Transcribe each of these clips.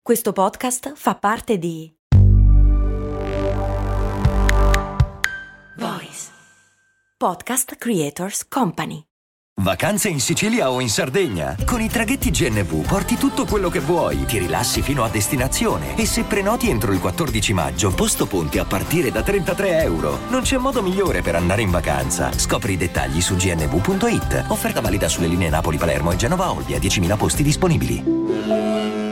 Questo podcast fa parte di Voice Podcast Creators Company. Vacanze in Sicilia o in Sardegna? Con i traghetti GNV porti tutto quello che vuoi, ti rilassi fino a destinazione e se prenoti entro il 14 maggio, posto ponti a partire da €33. Non c'è modo migliore per andare in vacanza. Scopri i dettagli su gnv.it. Offerta valida sulle linee Napoli-Palermo e Genova-Olbia, 10.000 posti disponibili.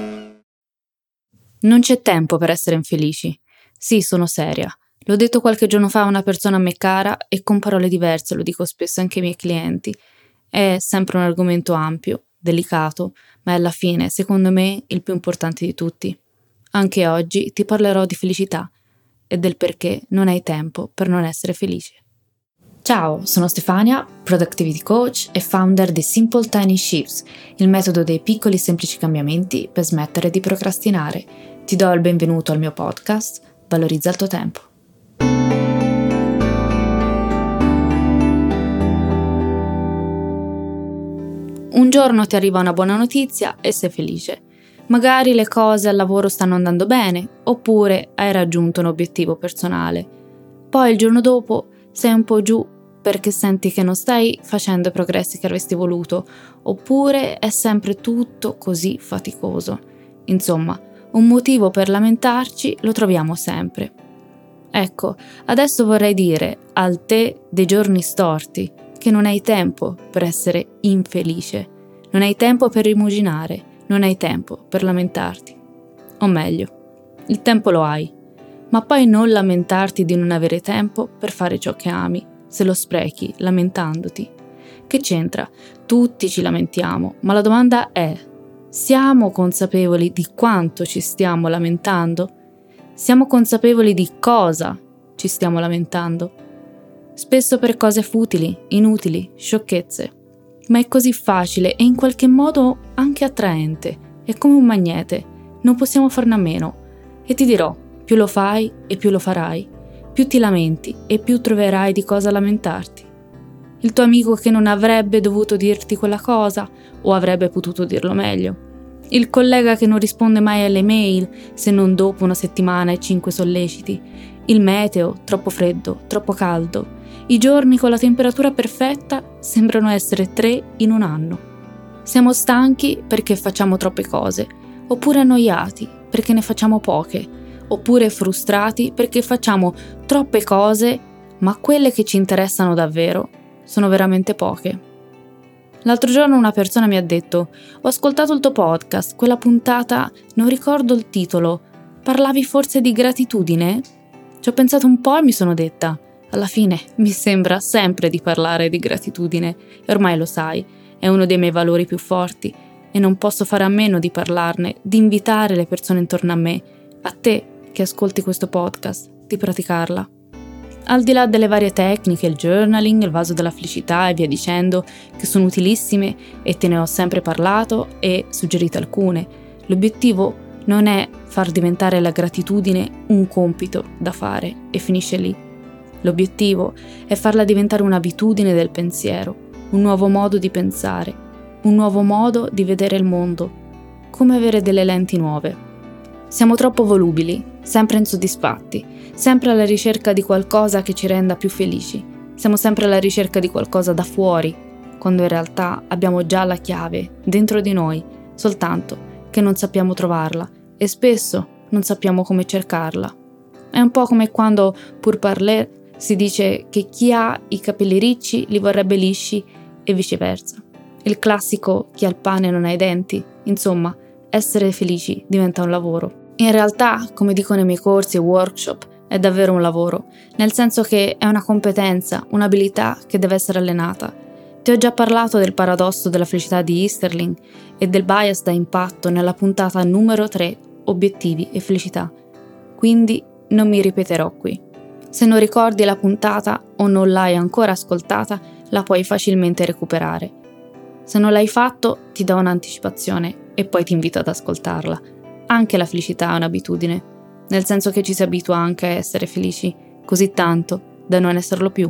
Non c'è tempo per essere infelici. Sì, sono seria. L'ho detto qualche giorno fa a una persona a me cara e con parole diverse lo dico spesso anche ai miei clienti. È sempre un argomento ampio, delicato, ma è alla fine, secondo me, il più importante di tutti. Anche oggi ti parlerò di felicità e del perché non hai tempo per non essere felice. Ciao, sono Stefania, Productivity Coach e founder di Simple Tiny Shifts, il metodo dei piccoli semplici cambiamenti per smettere di procrastinare. Ti do il benvenuto al mio podcast, Valorizza il tuo tempo. Un giorno ti arriva una buona notizia e sei felice. Magari le cose al lavoro stanno andando bene, oppure hai raggiunto un obiettivo personale. Poi il giorno dopo sei un po' giù perché senti che non stai facendo i progressi che avresti voluto, oppure è sempre tutto così faticoso. Insomma, un motivo per lamentarci lo troviamo sempre. Ecco, adesso vorrei dire al te dei giorni storti che non hai tempo per essere infelice, non hai tempo per rimuginare, non hai tempo per lamentarti. O meglio, il tempo lo hai, ma poi non lamentarti di non avere tempo per fare ciò che ami, se lo sprechi lamentandoti. Che c'entra? Tutti ci lamentiamo, ma la domanda è: siamo consapevoli di quanto ci stiamo lamentando? Siamo consapevoli di cosa ci stiamo lamentando? Spesso per cose futili, inutili, sciocchezze. Ma è così facile e in qualche modo anche attraente. È come un magnete, non possiamo farne a meno. E ti dirò, più lo fai e più lo farai, più ti lamenti e più troverai di cosa lamentarti. Il tuo amico che non avrebbe dovuto dirti quella cosa o avrebbe potuto dirlo meglio. Il collega che non risponde mai alle mail se non dopo una settimana e 5 solleciti. Il meteo, troppo freddo, troppo caldo. I giorni con la temperatura perfetta sembrano essere 3 in un anno. Siamo stanchi perché facciamo troppe cose, oppure annoiati perché ne facciamo poche, oppure frustrati perché facciamo troppe cose, ma quelle che ci interessano davvero sono veramente poche. L'altro giorno una persona mi ha detto: ho ascoltato il tuo podcast, quella puntata, non ricordo il titolo, parlavi forse di gratitudine? Ci ho pensato un po' e mi sono detta: alla fine mi sembra sempre di parlare di gratitudine e ormai lo sai, è uno dei miei valori più forti e non posso fare a meno di parlarne, di invitare le persone intorno a me, a te che ascolti questo podcast, di praticarla. Al di là delle varie tecniche, il journaling, il vaso della felicità e via dicendo, che sono utilissime e te ne ho sempre parlato e suggerito alcune, l'obiettivo non è far diventare la gratitudine un compito da fare e finisce lì. L'obiettivo è farla diventare un'abitudine del pensiero, un nuovo modo di pensare, un nuovo modo di vedere il mondo, come avere delle lenti nuove. Siamo troppo volubili, sempre insoddisfatti, sempre alla ricerca di qualcosa che ci renda più felici. Siamo sempre alla ricerca di qualcosa da fuori, quando in realtà abbiamo già la chiave dentro di noi, soltanto che non sappiamo trovarla e spesso non sappiamo come cercarla. È un po' come quando, pour parler, si dice che chi ha i capelli ricci li vorrebbe lisci e viceversa. Il classico chi ha il pane non ha i denti. Insomma, essere felici diventa un lavoro. In realtà, come dico nei miei corsi e workshop, è davvero un lavoro, nel senso che è una competenza, un'abilità che deve essere allenata. Ti ho già parlato del paradosso della felicità di Easterling e del bias da impatto nella puntata numero 3, Obiettivi e felicità. Quindi non mi ripeterò qui. Se non ricordi la puntata o non l'hai ancora ascoltata, la puoi facilmente recuperare. Se non l'hai fatto, ti do un'anticipazione e poi ti invito ad ascoltarla. Anche la felicità è un'abitudine, nel senso che ci si abitua anche a essere felici così tanto da non esserlo più.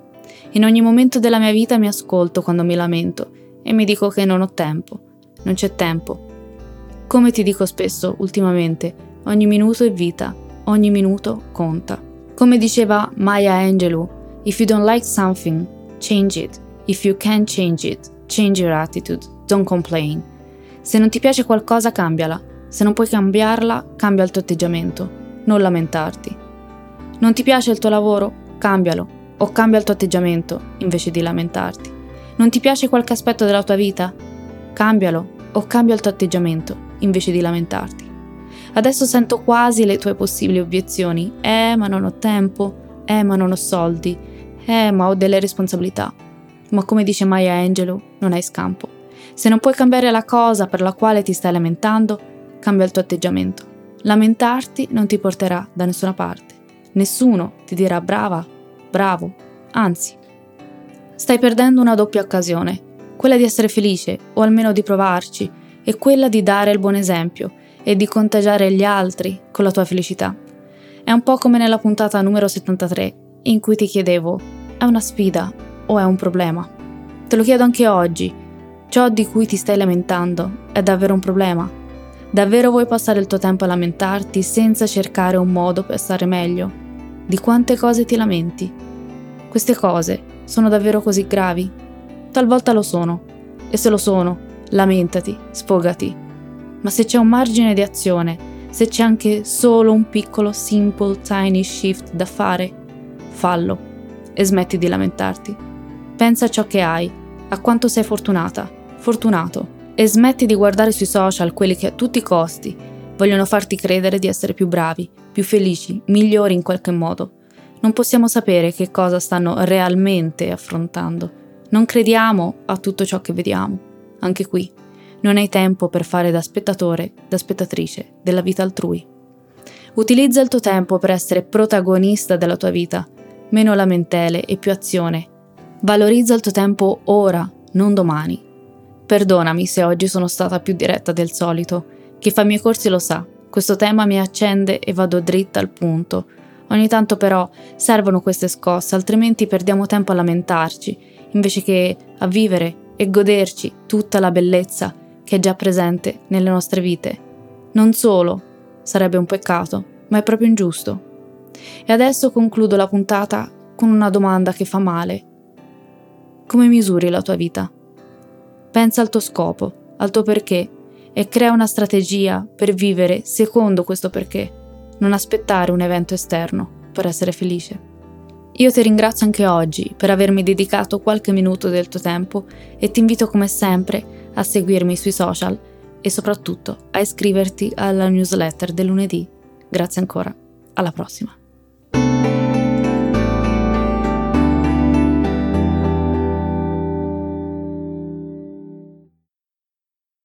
In ogni momento della mia vita mi ascolto quando mi lamento e mi dico che non ho tempo, non c'è tempo. Come ti dico spesso ultimamente, ogni minuto è vita, ogni minuto conta. Come diceva Maya Angelou, if you don't like something, change it. If you can't change it, change your attitude, don't complain. Se non ti piace qualcosa, cambiala. Se non puoi cambiarla, cambia il tuo atteggiamento, non lamentarti. Non ti piace il tuo lavoro? Cambialo, o cambia il tuo atteggiamento invece di lamentarti. Non ti piace qualche aspetto della tua vita? Cambialo, o cambia il tuo atteggiamento invece di lamentarti. Adesso sento quasi le tue possibili obiezioni. Ma non ho tempo, ma non ho soldi, ma ho delle responsabilità. Ma come dice Maya Angelou, non hai scampo. Se non puoi cambiare la cosa per la quale ti stai lamentando, cambia il tuo atteggiamento. Lamentarti non ti porterà da nessuna parte. Nessuno ti dirà brava, bravo, anzi. Stai perdendo una doppia occasione, quella di essere felice o almeno di provarci, e quella di dare il buon esempio e di contagiare gli altri con la tua felicità. È un po' come nella puntata numero 73, in cui ti chiedevo, è una sfida o è un problema? Te lo chiedo anche oggi, ciò di cui ti stai lamentando è davvero un problema? Davvero vuoi passare il tuo tempo a lamentarti senza cercare un modo per stare meglio? Di quante cose ti lamenti? Queste cose sono davvero così gravi? Talvolta lo sono, e se lo sono, lamentati, sfogati. Ma se c'è un margine di azione, se c'è anche solo un piccolo, simple, tiny shift da fare, fallo e smetti di lamentarti. Pensa a ciò che hai, a quanto sei fortunata, fortunato, e smetti di guardare sui social quelli che a tutti i costi vogliono farti credere di essere più bravi, più felici, migliori in qualche modo. Non possiamo sapere che cosa stanno realmente affrontando. Non crediamo a tutto ciò che vediamo. Anche qui, non hai tempo per fare da spettatore, da spettatrice della vita altrui. Utilizza il tuo tempo per essere protagonista della tua vita, meno lamentele e più azione. Valorizza il tuo tempo ora, non domani. Perdonami se oggi sono stata più diretta del solito. Chi fa i miei corsi lo sa, questo tema mi accende e vado dritta al punto. Ogni tanto però servono queste scosse, altrimenti perdiamo tempo a lamentarci, invece che a vivere e goderci tutta la bellezza che è già presente nelle nostre vite. Non solo sarebbe un peccato, ma è proprio ingiusto. E adesso concludo la puntata con una domanda che fa male. Come misuri la tua vita? Pensa al tuo scopo, al tuo perché, e crea una strategia per vivere secondo questo perché. Non aspettare un evento esterno per essere felice. Io ti ringrazio anche oggi per avermi dedicato qualche minuto del tuo tempo e ti invito come sempre a seguirmi sui social e soprattutto a iscriverti alla newsletter del lunedì. Grazie ancora, alla prossima.